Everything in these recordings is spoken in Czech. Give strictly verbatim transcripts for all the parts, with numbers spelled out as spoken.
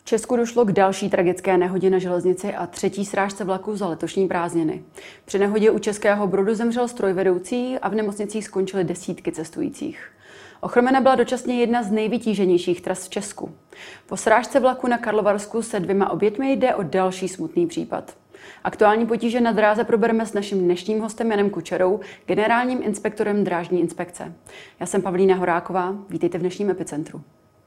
Česku došlo k další tragické nehodě na železnici a třetí srážce vlaku za letošní prázdniny. Při nehodě u Českého Brodu zemřel strojvedoucí a v nemocnicích skončily desítky cestujících. Ochromena byla dočasně jedna z nejvytíženějších tras v Česku. Po srážce vlaku na Karlovarsku se dvěma oběťmi jde o další smutný případ. Aktuální potíže na dráze probereme s naším dnešním hostem Janem Kučerou, generálním inspektorem Drážní inspekce. Já jsem Pavlína Horáková, vítejte v dnešním epicentru.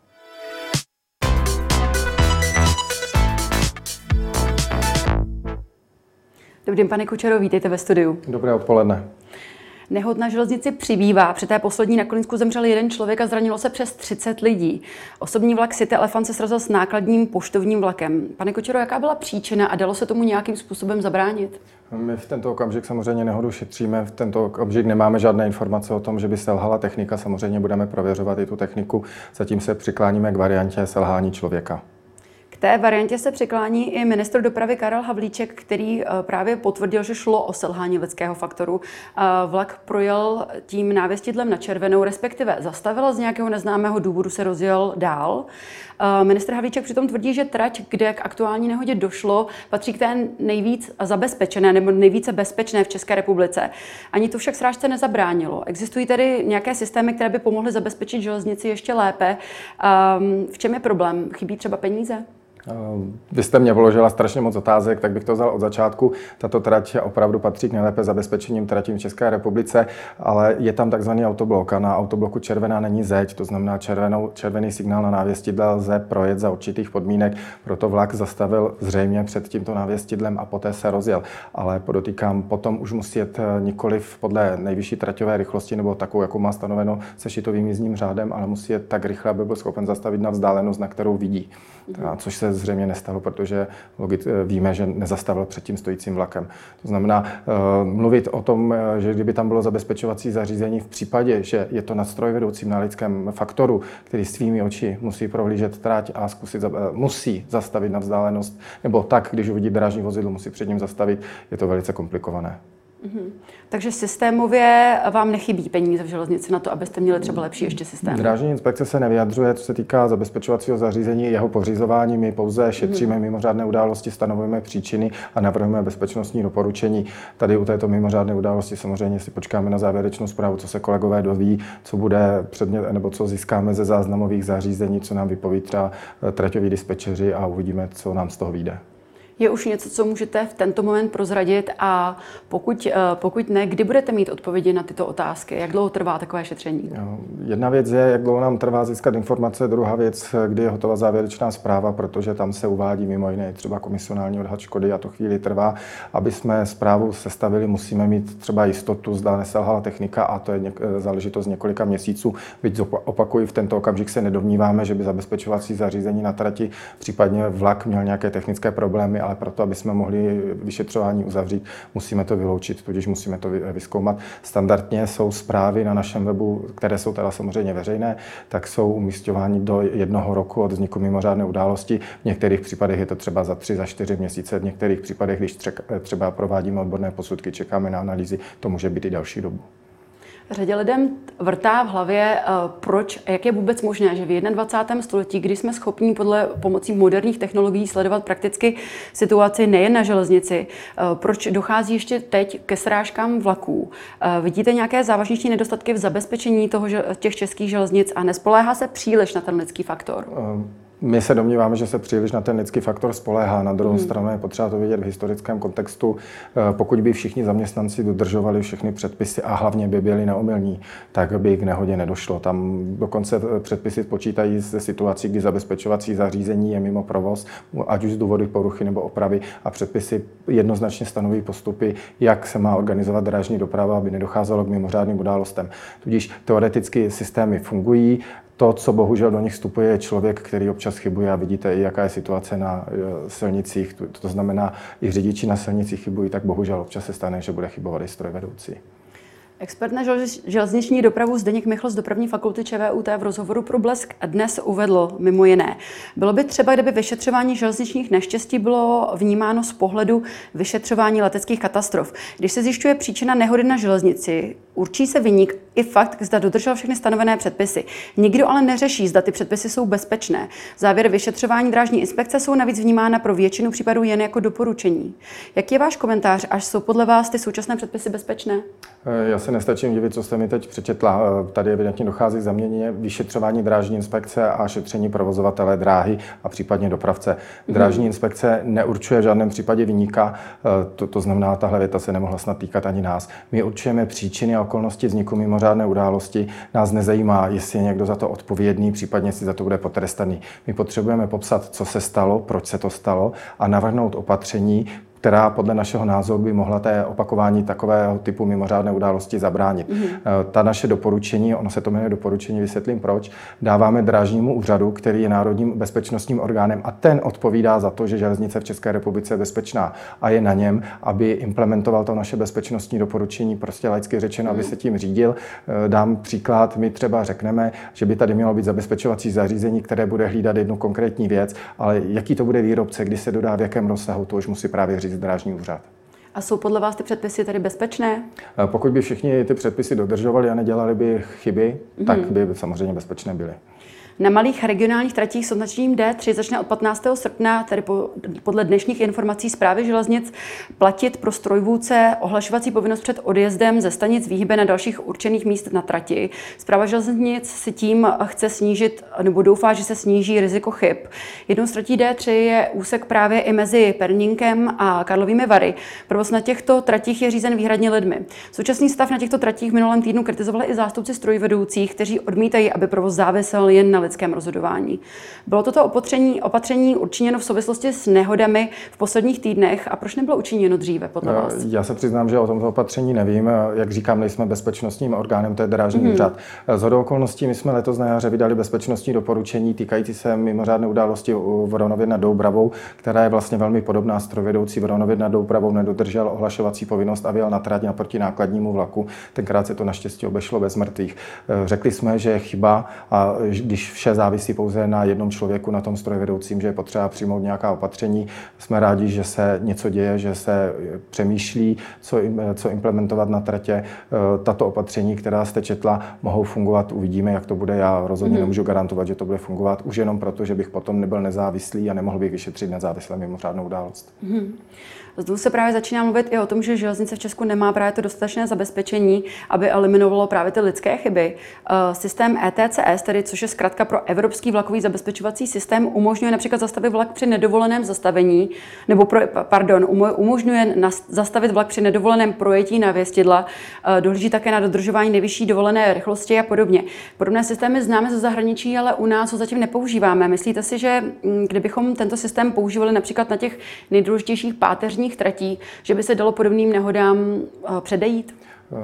Dobrý den, pane Kučero, vítejte ve studiu. Dobré odpoledne. Nehod na železnici přibývá. Při té poslední na Kolínsku zemřel jeden člověk a zranilo se přes třicet lidí. Osobní vlak City Elefant se srazil s nákladním poštovním vlakem. Pane Kučero, jaká byla příčina a dalo se tomu nějakým způsobem zabránit? My v tento okamžik samozřejmě nehodu šetříme. V tento okamžik nemáme žádné informace o tom, že by selhala technika. Samozřejmě budeme prověřovat i tu techniku. Zatím se přikláníme k variantě selhání člověka. K té variantě se přiklání i ministr dopravy Karel Havlíček, který právě potvrdil, že šlo o selhání lidského faktoru. Vlak projel tím návěstidlem na červenou, respektive zastavil, z nějakého neznámého důvodu se rozjel dál. Ministr Havlíček přitom tvrdí, že trať, kde k aktuální nehodě došlo, patří k té nejvíc zabezpečené nebo nejvíce bezpečné v České republice. Ani to však srážce nezabránilo. Existují tedy nějaké systémy, které by pomohly zabezpečit železnici ještě lépe. V čem je problém? Chybí třeba peníze? Vy jste mě položila strašně moc otázek, tak bych to vzal od začátku. Tato trať opravdu patří k nejlépe zabezpečeným tratím v České republice, ale je tam takzvaný autoblok a na autobloku červená není zeď, to znamená červenou, červený signál na návěstidle lze projet za určitých podmínek, proto vlak zastavil zřejmě před tímto návěstidlem a poté se rozjel. Ale podotýkám, potom už musí jet nikoliv podle nejvyšší traťové rychlosti nebo takovou, jakou má stanoveno sešitovým jízdním řádem, ale musí jet tak rychle, aby byl schopen zastavit na vzdálenost, na kterou vidí. A což se zřejmě nestalo, protože logit, víme, že nezastavil před tím stojícím vlakem. To znamená uh, mluvit o tom, že kdyby tam bylo zabezpečovací zařízení v případě, že je to nad strojvedoucím na lidském faktoru, který svými oči musí prohlížet trať a zkusit, uh, musí zastavit na vzdálenost, nebo tak, když uvidí drážní vozidlo, musí před ním zastavit, je to velice komplikované. Mm-hmm. Takže systémově vám nechybí peníze v železnici na to, abyste měli třeba lepší ještě systém? Drážní inspekce se nevyjadřuje, co se týká zabezpečovacího zařízení, jeho pořizování. My pouze šetříme mm-hmm. mimořádné události, stanovujeme příčiny a navrhujeme bezpečnostní doporučení. Tady u této mimořádné události samozřejmě si počkáme na závěrečnou zprávu, co se kolegové doví, co bude předmět, nebo co získáme ze záznamových zařízení, co nám vypoví třeba traťoví dispečeři a uvidíme, co nám z toho vyjde. Je už něco, co můžete v tento moment prozradit a pokud, pokud ne, kdy budete mít odpovědi na tyto otázky? Jak dlouho trvá takové šetření? Jedna věc je, jak dlouho nám trvá získat informace, druhá věc, kdy je hotová závěrečná zpráva, protože tam se uvádí mimo jiné třeba komisionální odhad škody a to chvíli trvá. Aby jsme zprávu sestavili, musíme mít třeba jistotu, zda neselhala technika a to je něk- záležitost několika měsíců. Byť opakuji, v tento okamžik se nedomníváme, že by zabezpečovací zařízení na trati, případně vlak měl nějaké technické problémy, ale proto, aby jsme mohli vyšetřování uzavřít, musíme to vyloučit, tudíž musíme to vyzkoumat. Standardně jsou zprávy na našem webu, které jsou teda samozřejmě veřejné, tak jsou umísťovány do jednoho roku od vzniku mimořádné události. V některých případech je to třeba za tři, za čtyři měsíce, v některých případech, když třeba provádíme odborné posudky, čekáme na analýzy, to může být i další dobu. Řadě lidem vrtá v hlavě, proč, jak je vůbec možné, že v dvacátém prvním století, kdy jsme schopni podle pomocí moderních technologií sledovat prakticky situaci nejen na železnici, proč dochází ještě teď ke srážkám vlaků. Vidíte nějaké závažnější nedostatky v zabezpečení toho, těch českých železnic a nespoléhá se příliš na ten lidský faktor? Um. My se domníváme, že se příliš na ten lidský faktor spoléhá. Na druhou hmm. stranu je potřeba to vidět v historickém kontextu. Pokud by všichni zaměstnanci dodržovali všechny předpisy a hlavně by byli neomylní, tak by k nehodě nedošlo. Tam dokonce předpisy počítají se situací, kdy zabezpečovací zařízení je mimo provoz, ať už z důvodu poruchy nebo opravy, a předpisy jednoznačně stanoví postupy, jak se má organizovat drážní doprava, aby nedocházelo k mimořádným událostem. Tudíž teoreticky systémy fungují. To, co bohužel do nich vstupuje, je člověk, který občas chybuje a vidíte i, jaká je situace na silnicích. To znamená, i řidiči na silnicích chybují, tak bohužel občas se stane, že bude chybovat i strojvedoucí. Expert na železniční dopravu Zdeněk Michl z dopravní fakulty ČVUT v rozhovoru pro Blesk dnes uvedl mimo jiné. Bylo by třeba, kdyby vyšetřování železničních neštěstí bylo vnímáno z pohledu vyšetřování leteckých katastrof. Když se zjišťuje příčina nehody na železnici, určí se viník i fakt, zda dodržel všechny stanovené předpisy. Nikdo ale neřeší, zda ty předpisy jsou bezpečné. Závěr vyšetřování drážní inspekce jsou navíc vnímána pro většinu případů jen jako doporučení. Jaký je váš komentář, až jsou podle vás ty současné předpisy bezpečné? Já se nestačím divit, co jste mi teď přečetla. Tady evidentně dochází k zaměně vyšetřování drážní inspekce a šetření provozovatele dráhy a případně dopravce. Drážní inspekce neurčuje v žádném případě viníka, to, to znamená, tahle věta se nemohla snad týkat ani nás. My určujeme příčiny a okolnosti vzniku mimořádné události. Nás nezajímá, jestli je někdo za to odpovědný, případně jestli za to bude potrestaný. My potřebujeme popsat, co se stalo, proč se to stalo a navrhnout opatření, která podle našeho názoru by mohla té opakování takového typu mimořádné události zabránit. Mm. Ta naše doporučení, ono se to jmenuje doporučení, vysvětlím proč, dáváme drážnímu úřadu, který je národním bezpečnostním orgánem a ten odpovídá za to, že železnice v České republice je bezpečná a je na něm, aby implementoval to naše bezpečnostní doporučení, prostě laicky řečeno, mm. aby se tím řídil. Dám příklad, my třeba řekneme, že by tady mělo být zabezpečovací zařízení, které bude hlídat jednu konkrétní věc, ale jaký to bude výrobce, kdy se dodá, v jakém rozsahu, to už musí právě říct drážní úřad. A jsou podle vás ty předpisy tady bezpečné? Pokud by všichni ty předpisy dodržovali a nedělali by chyby, mm. tak by samozřejmě bezpečné byly. Na malých regionálních tratích s označením D tři začne od patnáctého srpna, tedy po, podle dnešních informací Správy železnic, platit pro strojvůdce ohlašovací povinnost před odjezdem ze stanic výhybe na dalších určených míst na trati. Správa železnic si tím chce snížit, nebo doufá, že se sníží riziko chyb. Jednou z tratí D tři je úsek právě i mezi Pernínkem a Karlovými Vary. Provoz na těchto tratích je řízen výhradně lidmi. Současný stav na těchto tratích v minulém týdnu kritizovali i zástupci strojvedoucích, kteří odmítají, aby provoz závisel jen na lidském rozhodování. Bylo toto opatření, opatření učiněno v souvislosti s nehodami v posledních týdnech a proč nebylo učiněno dříve podle vás? Já se přiznám, že o tomto opatření nevím. Jak říkám, nejsme bezpečnostním orgánem, to je drážní mm. úřad. Shodou okolností my jsme letos na jaře vydali bezpečnostní doporučení týkající se mimořádné události v Ronově nad Doubravou, která je vlastně velmi podobná. Strojvedoucí v Ronově nad Doubravou nedodržel ohlašovací povinnost a vyjel na trať naproti nákladnímu vlaku. Tenkrát se to naštěstí obešlo bez mrtvých. Řekli jsme, že je chyba, a když vše závisí pouze na jednom člověku, na tom strojvedoucím, že je potřeba přijmout nějaká opatření. Jsme rádi, že se něco děje, že se přemýšlí, co, co implementovat na tratě. Tato opatření, která jste četla, mohou fungovat, uvidíme, jak to bude. Já rozhodně mm. nemůžu garantovat, že to bude fungovat, už jenom proto, že bych potom nebyl nezávislý a nemohl bych vyšetřit nezávislé mimořádnou událost. Mm. Zde se právě začíná mluvit i o tom, že železnice v Česku nemá právě to dostatečné zabezpečení, aby eliminovalo právě ty lidské chyby. Systém E T C S, tedy což je zkratka pro Evropský vlakový zabezpečovací systém, umožňuje například zastavit vlak při nedovoleném zastavení, nebo pro, pardon, umožňuje zastavit vlak při nedovoleném projetí návěstidla, dohlíží také na dodržování nejvyšší dovolené rychlosti a podobně. Podobné systémy známe ze zahraničí, ale u nás ho zatím nepoužíváme. Myslíte si, že kdybychom tento systém používali například na těch nejdůležitějších páteřních tratí, že by se dalo podobným nehodám předejít?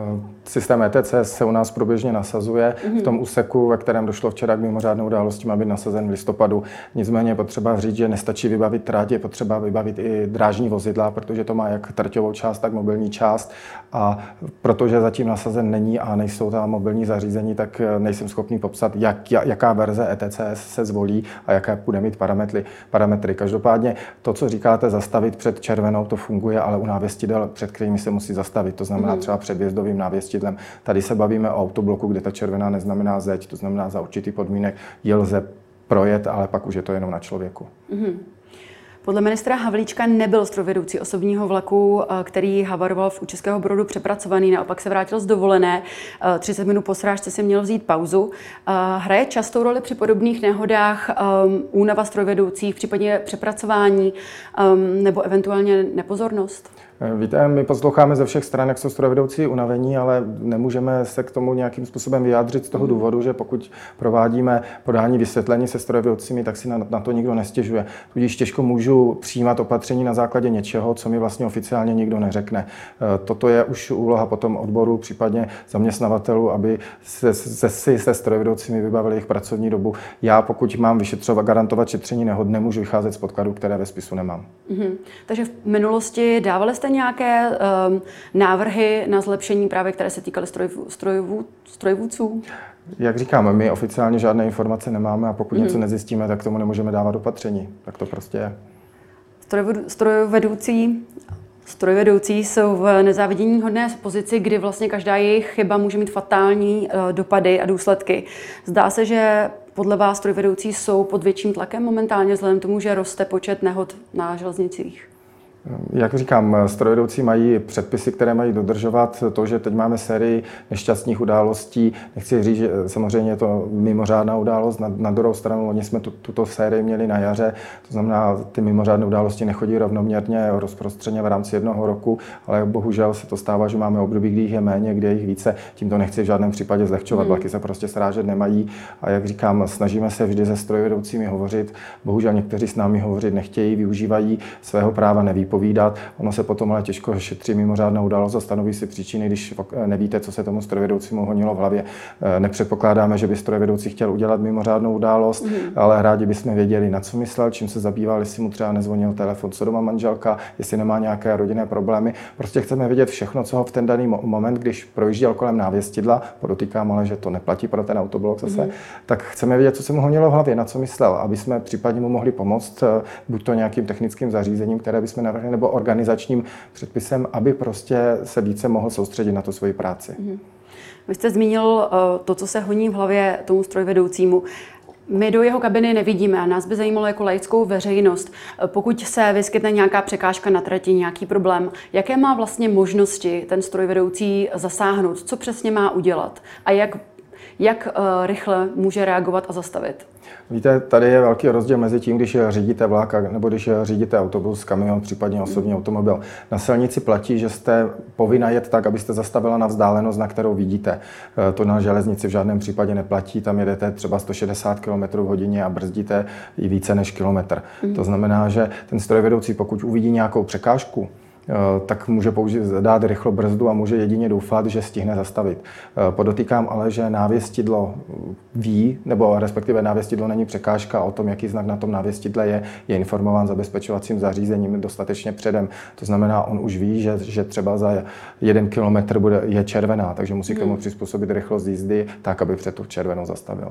Systém E T C S se u nás průběžně nasazuje. Mm-hmm. V tom úseku, ve kterém došlo včera k mimořádné události, má být nasazen v listopadu. Nicméně je potřeba říct, že nestačí vybavit trať, je potřeba vybavit i drážní vozidla, protože to má jak traťovou část, tak mobilní část. A protože zatím nasazen není a nejsou tam mobilní zařízení, tak nejsem schopný popsat, jak, jaká verze E T C S se zvolí a jaké bude mít parametry. parametry. Každopádně to, co říkáte, zastavit před červenou, to funguje, ale u návěstidel, před kterými se musí zastavit. To znamená mm-hmm. třeba před vjezdovým návěstidlem. Tady se bavíme o autobloku, kde ta červená neznamená zeď, to znamená za určitý podmínek je lze projet, ale pak už je to jenom na člověku. Mm-hmm. Podle ministra Havlíčka nebyl strojvedoucí osobního vlaku, který havaroval v u Českého Brodu, přepracovaný, naopak se vrátil z dovolené. třicet minut po srážce si měl vzít pauzu. Hraje častou roli při podobných nehodách únava strojvedoucích, případně přepracování nebo eventuálně nepozornost? Víte, my posloucháme ze všech stran, jak jsou strojvedoucí unavení, ale nemůžeme se k tomu nějakým způsobem vyjádřit z toho důvodu, že pokud provádíme podání vysvětlení se strojvedoucími, tak si na, na to nikdo nestěžuje. Tudíž těžko můžu přijímat opatření na základě něčeho, co mi vlastně oficiálně nikdo neřekne. Toto je už úloha potom odboru, případně zaměstnavatelů, aby se, se, se, se strojvedoucími vybavili jejich pracovní dobu. Já, pokud mám vyšetřovat, garantovat šetření nehod, nemůžu vycházet z podkladů, které ve spisu nemám. Mm-hmm. Takže v minulosti dávali jste nějaké um, návrhy na zlepšení, právě které se týkaly strojvů, strojvů, strojvůdců? Jak říkám, my oficiálně žádné informace nemáme a pokud mm. něco nezjistíme, tak tomu nemůžeme dávat opatření. Tak to prostě je. Strojvedoucí Strojvedoucí jsou v nezáviděníhodné pozici, kdy vlastně každá jejich chyba může mít fatální dopady a důsledky. Zdá se, že podle vás strojvedoucí jsou pod větším tlakem momentálně vzhledem k tomu, že roste počet nehod na železnicích? Jak říkám, strojvedoucí mají předpisy, které mají dodržovat. To, že teď máme sérii nešťastných událostí, nechci říct, že samozřejmě je to mimořádná událost. Na, na druhou stranu, oni jsme tu, tuto sérii měli na jaře, to znamená, ty mimořádné události nechodí rovnoměrně, rozprostřeně v rámci jednoho roku, ale bohužel se to stává, že máme období, kdy jich je méně, kdy je jich více. Tím to nechci v žádném případě zlehčovat. Hmm. Vlaky se prostě srážet nemají a jak říkám, snažíme se vždy se strojvedoucími hovořit. Bohužel někteří s námi hovořit nechtějí, využívají svého práva nevypovídat. Ono se potom ale těžko šetří mimořádná událost a stanoví si příčiny, když nevíte, co se tomu strojvedoucímu honilo v hlavě. Nepředpokládáme, že by strojvedoucí chtěl udělat mimořádnou událost, mm. ale rádi bychom věděli, na co myslel, čím se zabýval, jestli mu třeba nezvonil telefon, co doma manželka, jestli nemá nějaké rodinné problémy. Prostě chceme vědět všechno, co ho v ten daný moment, když projížděl kolem návěstidla, podotýkám ale, že to neplatí pro ten autoblok zase, mm. tak chceme vědět, co se mu honilo v hlavě, na co myslel, aby jsme případně mu mohli pomoct, buď to nějakým technickým zařízením, které bychom navrhli, nebo organizačním předpisem, aby prostě se více mohl soustředit na tu svoji práci. Mm. Vy jste zmínil to, co se honí v hlavě tomu strojvedoucímu. My do jeho kabiny nevidíme a nás by zajímalo jako laickou veřejnost, pokud se vyskytne nějaká překážka na trati, nějaký problém, jaké má vlastně možnosti ten strojvedoucí zasáhnout, co přesně má udělat a jak, jak rychle může reagovat a zastavit? Víte, tady je velký rozdíl mezi tím, když řídíte vlak nebo když řídíte autobus, kamion, případně osobní automobil. Na silnici platí, že jste povinna jet tak, abyste zastavila na vzdálenost, na kterou vidíte. To na železnici v žádném případě neplatí. Tam jedete třeba sto šedesát kilometrů v hodině a brzdíte i více než kilometr. Mm. To znamená, že ten strojvedoucí, pokud uvidí nějakou překážku, tak může použít, dát rychlo brzdu a může jedině doufat, že stihne zastavit. Podotýkám ale, že návěstidlo ví, nebo respektive návěstidlo není překážka o tom, jaký znak na tom návěstidle je, je informován zabezpečovacím zařízením dostatečně předem. To znamená, on už ví, že, že třeba za jeden kilometr bude, je červená, takže musí k tomu přizpůsobit rychlost jízdy tak, aby před tu červenou zastavil.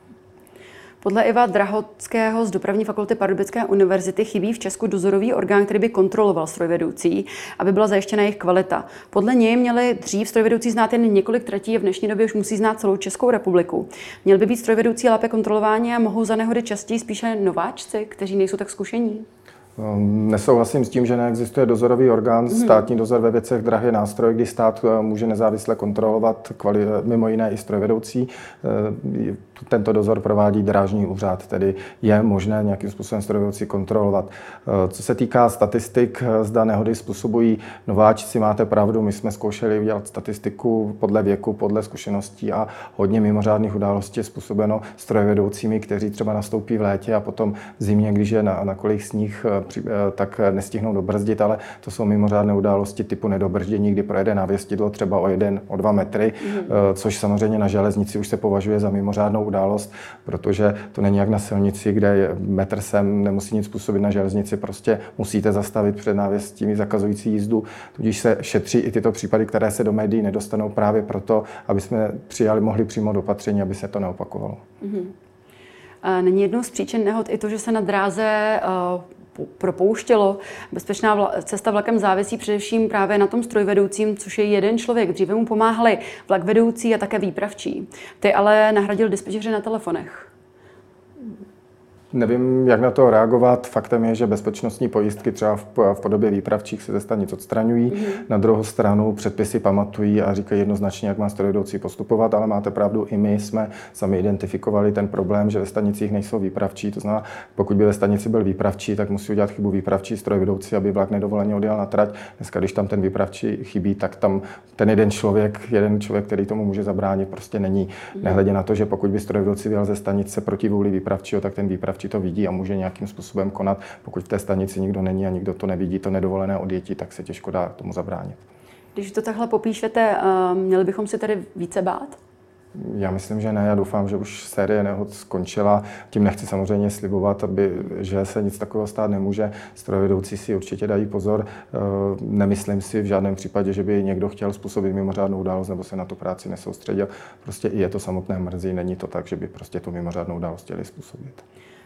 Podle Iva Drahockého z Dopravní fakulty Pardubické univerzity chybí v Česku dozorový orgán, který by kontroloval strojvedoucí, aby byla zajištěna jejich kvalita. Podle něj měli dřív strojvedoucí znát jen několik tratí a v dnešní době už musí znát celou Českou republiku. Měl by být strojvedoucí lépe kontrolováni a mohou za nehody častěji spíše nováčci, kteří nejsou tak zkušení? Nesouhlasím s tím, že neexistuje dozorový orgán. Státní dozor ve věcech drah je nástroj, kdy stát může nezávisle kontrolovat kvali- mimo jiné i strojvedoucí. Tento dozor provádí Drážní úřad, tedy je možné nějakým způsobem strojvedoucí kontrolovat. Co se týká statistik, zda nehody způsobují nováčci, máte pravdu, my jsme zkoušeli udělat statistiku podle věku, podle zkušeností a hodně mimořádných událostí je způsobeno strojvedoucími, kteří třeba nastoupí v létě a potom v zimě, když je na, na kolik sníh, tak nestihnou dobrzdit, ale to jsou mimořádné události typu nedobrzdění, kdy projede návěstidlo třeba o jeden, o dva metry, mm. což samozřejmě na železnici už se považuje za mimořádnou událost, protože to není jak na silnici, kde je metr sem, nemusí nic způsobit, na železnici prostě musíte zastavit před návěstím zakazující jízdu, tudíž se šetří i tyto případy, které se do médií nedostanou právě proto, aby jsme přijali, mohli přijmout opatření, aby se to neopakovalo. Mm. Není jednou z příčin nehod i to, že se na dráze uh, propouštělo. Bezpečná vla- cesta vlakem závisí především právě na tom strojvedoucím, což je jeden člověk. Dříve mu pomáhali vlakvedoucí a také výpravčí. Ty ale nahradil dispečeři na telefonech. Nevím, jak na to reagovat. Faktem je, že bezpečnostní pojistky třeba v, v podobě výpravčích se ze stanic odstraňují. Mm. Na druhou stranu předpisy pamatují a říkají jednoznačně, jak má strojvedoucí postupovat, ale máte pravdu, i my jsme sami identifikovali ten problém, že ve stanicích nejsou výpravčí. To znamená, pokud by ve stanici byl výpravčí, tak musí udělat chybu výpravčí strojvedoucí, aby vlak nedovoleně odjel na trať. Dneska, když tam ten výpravčí chybí, tak tam ten jeden člověk, jeden člověk, který tomu může zabránit, prostě není. Mm. Nehledě na to, že pokud by strojvedoucí vyjel ze stanice proti vůli výpravčího, tak ten výpravčí to vidí a může nějakým způsobem konat. Pokud v té stanici nikdo není a nikdo to nevidí, to nedovolené odjetí, tak se těžko dá tomu zabránit. Když to takhle popíšete, měli bychom si tady více bát? Já myslím, že ne. Já doufám, že už série nehod skončila. Tím nechci samozřejmě slibovat, aby, že se nic takového stát nemůže. Strojvedoucí si určitě dají pozor. Nemyslím si v žádném případě, že by někdo chtěl způsobit mimořádnou událost nebo se na tu práci nesoustředil. Prostě i je to samotné mrzí. Není to tak, že by prostě tu mimořádnou událost chtěli způsobit.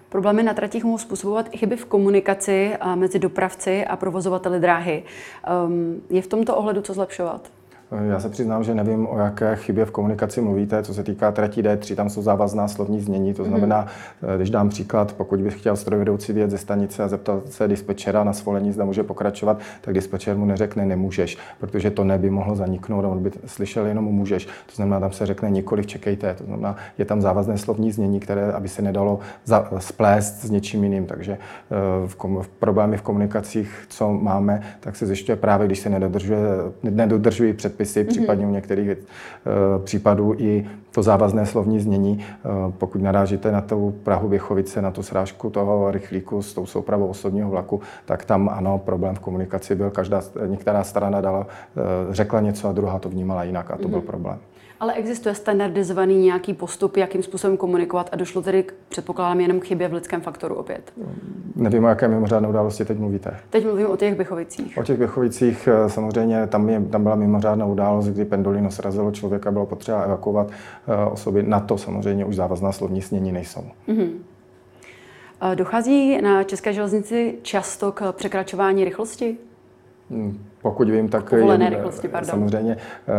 Problémy na tratích mohou způsobovat i chyby v komunikaci mezi dopravci a provozovateli dráhy. Je v tomto ohledu co zlepšovat? Já se přiznám, že nevím, o jaké chybě v komunikaci mluvíte. Co se týká tratí D tři, tam jsou závazná slovní znění. To znamená, mm. když dám příklad, pokud bych chtěl strojvedoucí vyjet ze stanice a zeptat se dispečera na svolení, zda může pokračovat, tak dispečer mu neřekne nemůžeš, protože to neby mohlo zaniknout a on by slyšel jenom můžeš. To znamená, tam se řekne nikoliv čekejte. To znamená, je tam závazné slovní znění, které aby se nedalo za, splést s něčím jiným. Takže v, kom, v problémy v komunikacích, co máme, tak se zjišťuje právě, když se nedodržuje, nedodržují před předpisy, případně u některých uh, případů i to závazné slovní znění. Uh, pokud narážíte na tu Prahu Běchovice, na tu srážku toho rychlíku s tou soupravou osobního vlaku, tak tam ano, problém v komunikaci byl. Každá, některá strana dala, uh, řekla něco a druhá to vnímala jinak a to mm-hmm. byl problém. Ale existuje standardizovaný nějaký postup, jakým způsobem komunikovat a došlo tedy, předpokládám, jenom k chybě v lidském faktoru opět? Nevím, o jaké mimořádné události teď mluvíte. Teď mluvím o těch Běchovicích. O těch Běchovicích samozřejmě tam, je, tam byla mimořádná událost, kdy pendolino srazilo člověka, bylo potřeba evakuovat uh, osoby. Na to samozřejmě už závazná slovní znění nejsou. Mm-hmm. Dochází na české železnici často k překračování rychlosti? Pokud vím, tak Povolené rychlosti, pardon. samozřejmě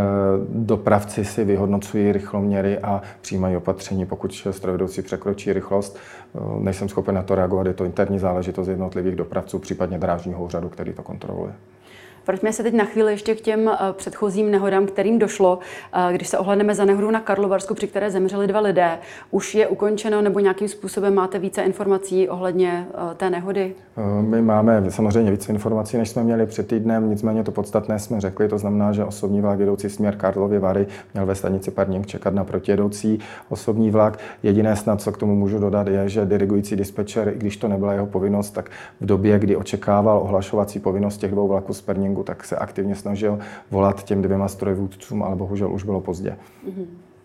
dopravci si vyhodnocují rychloměry a přijímají opatření, pokud strojvedoucí překročí rychlost. Nejsem schopen na to reagovat, je to interní záležitost jednotlivých dopravců, případně drážního úřadu, který to kontroluje. Vraťme se teď na chvíli ještě k těm předchozím nehodám, kterým došlo. Když se ohlédneme za nehodu na Karlovarsku, při které zemřeli dva lidé, už je ukončeno nebo nějakým způsobem máte více informací ohledně té nehody? My máme samozřejmě více informací, než jsme měli před týdnem, nicméně to podstatné jsme řekli, to znamená, že osobní vlak jedoucí směr Karlovy Vary měl ve stanici Parník čekat na protijedoucí osobní vlak. Jediné snad, co k tomu můžu dodat, je, že dirigující dispečer, i když to nebyla jeho povinnost, tak v době, kdy očekával ohlašovací povinnost těch dvou vlaků z Parníku, tak se aktivně snažil volat těm dvěma strojvůdcům, ale bohužel už bylo pozdě. Mm-hmm.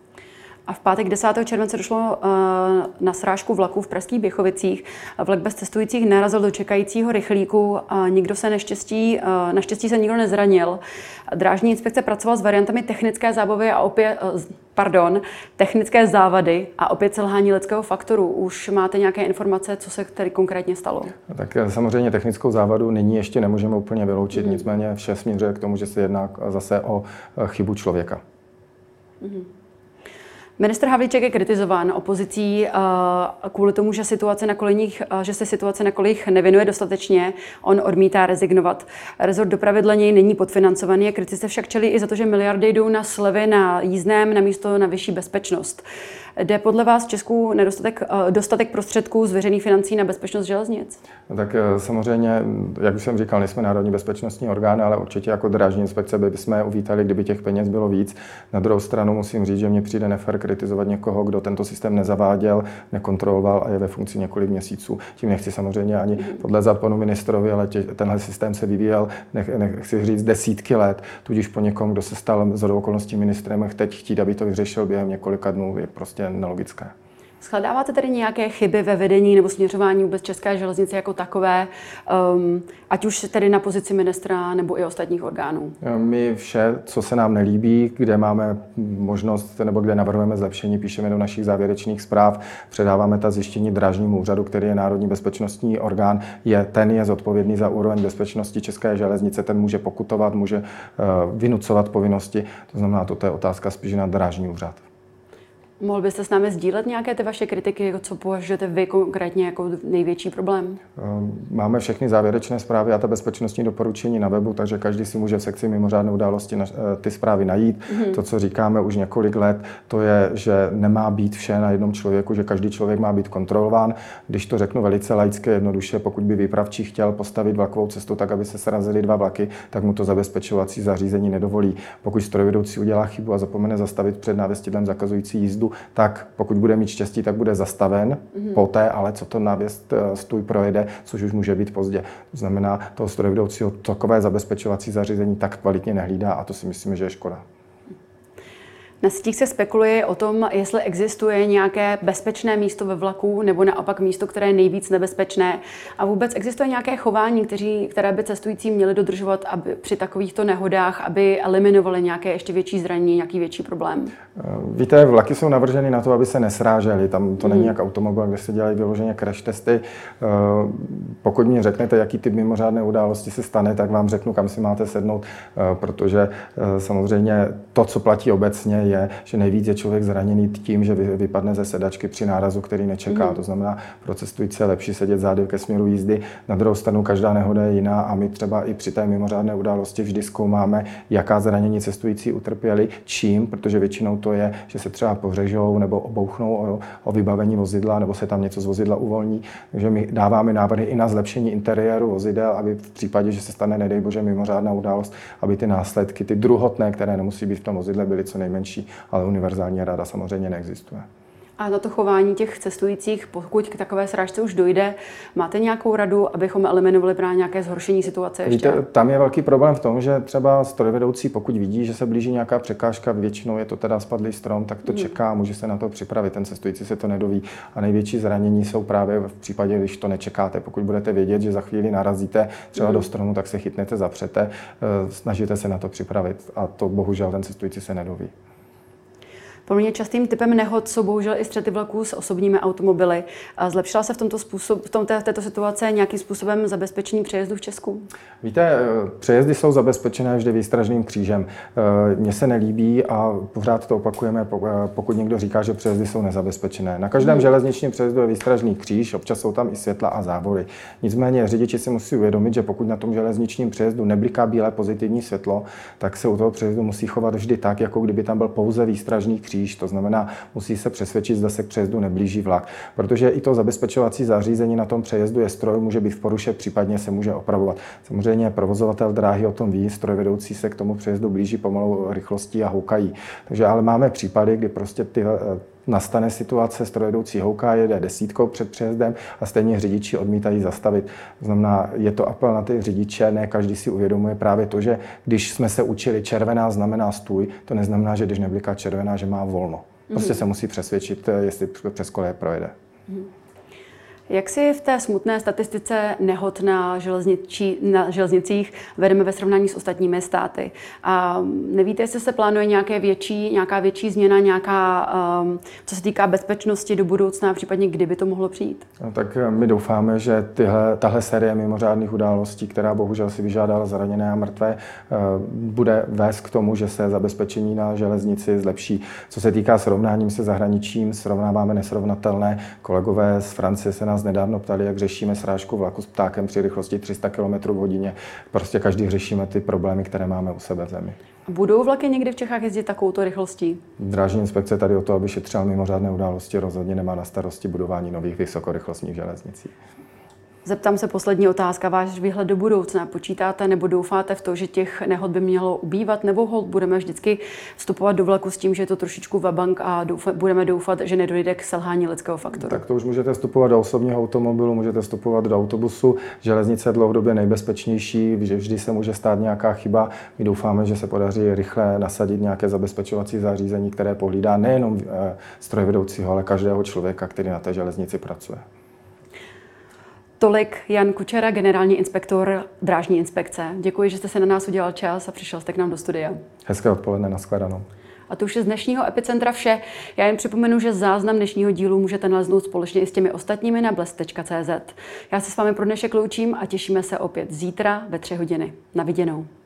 A v pátek desátého července došlo uh, na srážku vlaku v pražských Běchovicích. Vlak bez cestujících narazil do čekajícího rychlíku a nikdo se neštěstí, uh, naštěstí se nikdo nezranil. Drážní inspekce pracovala s variantami technické zábavy a opět, uh, pardon, technické závady a opět selhání lidského faktoru. Už máte nějaké informace, co se tady konkrétně stalo? Tak samozřejmě technickou závadu nyní ještě nemůžeme úplně vyloučit, mm. nicméně vše směřuje k tomu, že se jedná zase o chybu člověka. Mm. Ministr Havlíček je kritizován opozicí kvůli tomu, že, situace na kolejích, že se situace na kolejích nevěnuje dostatečně. On odmítá rezignovat. Rezort dopravy dle něj není podfinancovaný. Kritice však čelí i za to, že miliardy jdou na slevy na jízdném namísto na vyšší bezpečnost. Jde podle vás v Česku nedostatek, dostatek prostředků z veřejných financí na bezpečnost železnic? No tak samozřejmě, jak už jsem říkal, nejsme národní bezpečnostní orgán, ale určitě jako drážní inspekce bychom uvítali, kdyby těch peněz bylo víc. Na druhou stranu musím říct, že mně přijde nefér kritizovat někoho, kdo tento systém nezaváděl, nekontroloval a je ve funkci několik měsíců. Tím nechci samozřejmě ani podlezat panu ministrovi, ale tě, tenhle systém se vyvíjel, nech, nechci říct, desítky let, tudíž po někom, kdo se stal shodou okolností ministrem, teď chtít, aby to vyřešil během několika dnů, je prostě nelogické. Shledáváte tedy nějaké chyby ve vedení nebo směřování vůbec české železnice jako takové, um, ať už tedy na pozici ministra nebo i ostatních orgánů? My vše, co se nám nelíbí, kde máme možnost nebo kde navrhujeme zlepšení, píšeme do našich závěrečných zpráv, předáváme ta zjištění drážnímu úřadu, který je národní bezpečnostní orgán, je, ten je zodpovědný za úroveň bezpečnosti české železnice, ten může pokutovat, může uh, vynucovat povinnosti, to znamená, toto je otázka spíš na drážní úřad. Mohl byste s námi sdílet nějaké ty vaše kritiky, co považujete vy konkrétně jako největší problém? Máme všechny závěrečné zprávy a ta bezpečnostní doporučení na webu, takže každý si může v sekci mimořádné události ty zprávy najít. Mm-hmm. To, co říkáme už několik let, to je, že nemá být vše na jednom člověku, že každý člověk má být kontrolován. Když to řeknu velice laicky, jednoduše, pokud by výpravčí chtěl postavit vlakovou cestu tak, aby se srazily dva vlaky, tak mu to zabezpečovací zařízení nedovolí. Pokud strojvedoucí udělá chybu a zapomene zastavit před návěstidlem zakazující jízdu, tak pokud bude mít štěstí, tak bude zastaven, mm-hmm. poté ale co to návěst stůj projede, což už může být pozdě. To znamená, toho strojvedoucího takové zabezpečovací zařízení tak kvalitně nehlídá a to si myslíme, že je škoda. Na sítích se spekuluje o tom, jestli existuje nějaké bezpečné místo ve vlaku nebo naopak místo, které je nejvíc nebezpečné. A vůbec existuje nějaké chování, kteří, které by cestující měli dodržovat aby při takovýchto nehodách, aby eliminovali nějaké ještě větší zranění, nějaký větší problém? Víte, vlaky jsou navrženy na to, aby se nesrážely. Tam to hmm. není jak automobil, kde se dělají vyloženě crash testy. Pokud mi řeknete, jaký typ mimořádné události se stane, tak vám řeknu, kam si máte sednout, protože samozřejmě to, co platí obecně, je, že nejvíc je člověk zraněný tím, že vypadne ze sedačky při nárazu, který nečeká. Mm. To znamená, pro cestující je lepší sedět zády ke směru jízdy. Na druhou stranu každá nehoda je jiná a my třeba i při té mimořádné události vždy zkoumáme, jaká zranění cestující utrpěli, čím, protože většinou to je, že se třeba pohřežou nebo obouchnou o, o vybavení vozidla, nebo se tam něco z vozidla uvolní. Takže my dáváme návrhy i na zlepšení interiéru vozidel, aby v případě, že se stane, nedej bože, mimořádná událost, aby ty následky, ty druhotné, které nemusí být v tom vozidle, byly co nejmenší. Ale univerzální rada samozřejmě neexistuje. A na to chování těch cestujících, pokud k takové srážce už dojde, máte nějakou radu, abychom eliminovali právě nějaké zhoršení situace ještě? Víte, tam je velký problém v tom, že třeba strojvedoucí, pokud vidí, že se blíží nějaká překážka, většinou je to teda spadlý strom, tak to hmm. čeká, může se na to připravit. Ten cestující se to nedoví. A největší zranění jsou právě v případě, když to nečekáte. Pokud budete vědět, že za chvíli narazíte třeba hmm. do stromu, tak se chytnete, zapřete, snažíte se na to připravit. A to bohužel ten cestující se nedoví. Poměrně častým typem nehod jsou bohužel i střety vlaků s osobními automobily. Zlepšila se v tomto způsob, v tomto, v této situace nějakým způsobem zabezpečení přejezdu v Česku? Víte, přejezdy jsou zabezpečené vždy výstražným křížem. Mně se nelíbí a pořád to opakujeme, pokud někdo říká, že přejezdy jsou nezabezpečené. Na každém hmm. železničním přejezdu je výstražný kříž, občas jsou tam i světla a závory. Nicméně řidiči si musí uvědomit, že pokud na tom železničním přejezdu nebliká bílé pozitivní světlo, tak se u toho přejezdu musí chovat vždy tak, jako kdyby tam byl pouze výstražný kříž. To znamená, musí se přesvědčit, zda se k přejezdu neblíží vlak. Protože i to zabezpečovací zařízení na tom přejezdu je stroj, může být v poruše, případně se může opravovat. Samozřejmě provozovatel dráhy o tom ví, strojvedoucí se k tomu přejezdu blíží pomalou rychlostí a houkají. Takže ale máme případy, kdy prostě ty nastane situace, strojvedoucí houká, jede desítkou před přejezdem a stejně řidiči odmítají zastavit. To znamená, je to apel na ty řidiče, ne každý si uvědomuje právě to, že když jsme se učili červená znamená stůj, to neznamená, že když nebliká červená, že má volno. Prostě mm-hmm. se musí přesvědčit, jestli přes koleje projede. Mm-hmm. Jak si v té smutné statistice nehod na, železničí, na železnicích vedeme ve srovnání s ostatními státy? A nevíte, jestli se plánuje nějaké větší, nějaká větší změna, nějaká, um, co se týká bezpečnosti do budoucna, případně kdyby to mohlo přijít? No, tak my doufáme, že tyhle, tahle série mimořádných událostí, která bohužel si vyžádala zraněné a mrtvé, bude vést k tomu, že se zabezpečení na železnici zlepší. Co se týká srovnáním se zahraničím, srovnáváme nesrovnatelné. Kolegové z Francie se nás nedávno ptali, jak řešíme srážku vlaku s ptákem při rychlosti tři sta kilometrů v hodině. Prostě každý řešíme ty problémy, které máme u sebe v zemi. Budou vlaky někdy v Čechách jezdit takovouto rychlostí? Drážní inspekce tady o to, aby šetřila mimořádné události, rozhodně nemá na starosti budování nových vysokorychlostních železnicí. Zeptám se poslední otázka. Váš výhled do budoucna. Počítáte nebo doufáte v to, že těch nehod by mělo ubývat, nebo holt budeme vždycky vstupovat do vlaku s tím, že je to trošičku vabank a doufa, budeme doufat, že nedojde k selhání lidského faktoru? Tak to už můžete vstupovat do osobního automobilu, můžete vstupovat do autobusu. Železnice je dlouhodobě nejbezpečnější, že vždy se může stát nějaká chyba. My doufáme, že se podaří rychle nasadit nějaké zabezpečovací zařízení, které pohlídá nejenom strojvedoucího, ale každého člověka, který na té železnici pracuje. Tolik Jan Kučera, generální inspektor Drážní inspekce. Děkuji, že jste se na nás udělal čas a přišel jste k nám do studia. Hezké odpoledne, nashledanou. A to už je z dnešního Epicentra vše. Já jen připomenu, že záznam dnešního dílu můžete naleznout společně i s těmi ostatními na blesk tečka cé zet. Já se s vámi pro dnešek loučím a těšíme se opět zítra ve tři hodiny. Na viděnou.